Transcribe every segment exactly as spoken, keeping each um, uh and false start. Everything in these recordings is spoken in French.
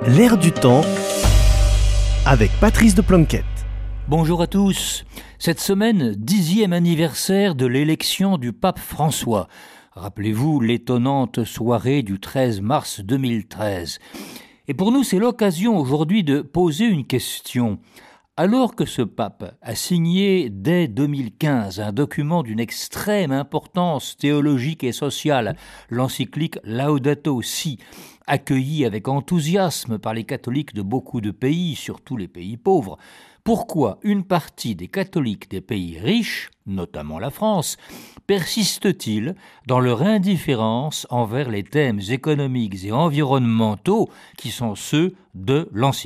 L'air du temps avec Patrice de Planquette. Bonjour à tous. Cette semaine, dixième anniversaire de l'élection du pape François. Rappelez-vous l'étonnante soirée du treize mars deux mille treize. Et pour nous, c'est l'occasion aujourd'hui de poser une question. Alors que ce pape a signé dès deux mille quinze un document d'une extrême importance théologique et sociale, l'encyclique Laudato Si', accueilli avec enthousiasme par les catholiques de beaucoup de pays, surtout les pays pauvres, pourquoi une partie des catholiques des pays riches, notamment la France, persiste-t-il dans leur indifférence envers les thèmes économiques et environnementaux qui sont ceux de l'encyclique ?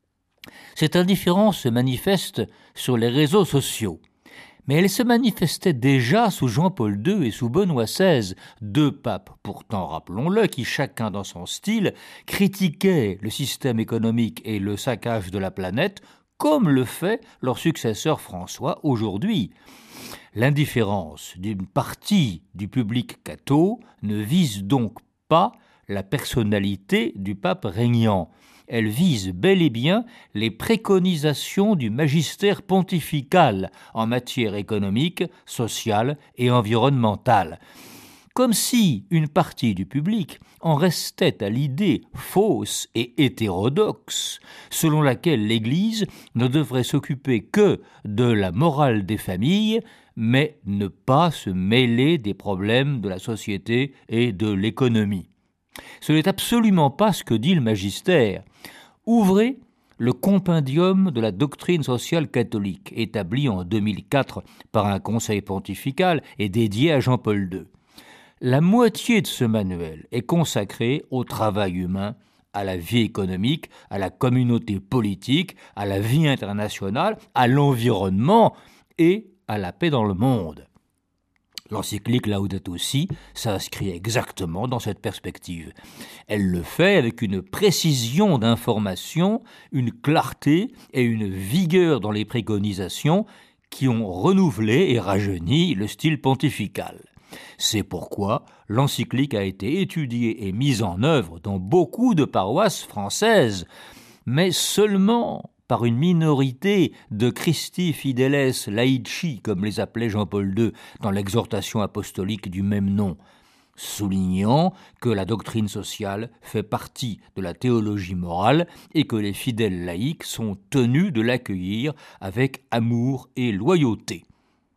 Cette indifférence se manifeste sur les réseaux sociaux, mais elle se manifestait déjà sous Jean-Paul deux et sous Benoît seize, deux papes pourtant, rappelons-le, qui chacun dans son style critiquaient le système économique et le saccage de la planète, comme le fait leur successeur François aujourd'hui. L'indifférence d'une partie du public catho ne vise donc pas la personnalité du pape régnant. Elle vise bel et bien les préconisations du magistère pontifical en matière économique, sociale et environnementale. Comme si une partie du public en restait à l'idée fausse et hétérodoxe selon laquelle l'Église ne devrait s'occuper que de la morale des familles, mais ne pas se mêler des problèmes de la société et de l'économie. Ce n'est absolument pas ce que dit le magistère. Ouvrez le compendium de la doctrine sociale catholique, établi en deux mille quatre par un conseil pontifical et dédié à Jean-Paul deux. La moitié de ce manuel est consacrée au travail humain, à la vie économique, à la communauté politique, à la vie internationale, à l'environnement et à la paix dans le monde. L'encyclique Laudato Si' s'inscrit exactement dans cette perspective. Elle le fait avec une précision d'information, une clarté et une vigueur dans les préconisations qui ont renouvelé et rajeuni le style pontifical. C'est pourquoi l'encyclique a été étudiée et mise en œuvre dans beaucoup de paroisses françaises, mais seulement par une minorité de Christi Fideles Laici, comme les appelait Jean-Paul deux dans l'exhortation apostolique du même nom, soulignant que la doctrine sociale fait partie de la théologie morale et que les fidèles laïcs sont tenus de l'accueillir avec amour et loyauté.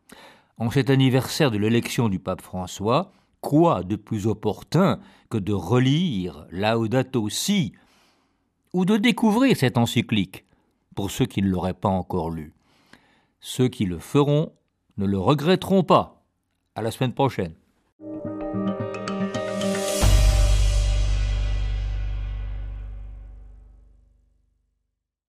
En cet anniversaire de l'élection du pape François, quoi de plus opportun que de relire Laudato Si' ou de découvrir cette encyclique pour ceux qui ne l'auraient pas encore lu. Ceux qui le feront ne le regretteront pas. À la semaine prochaine.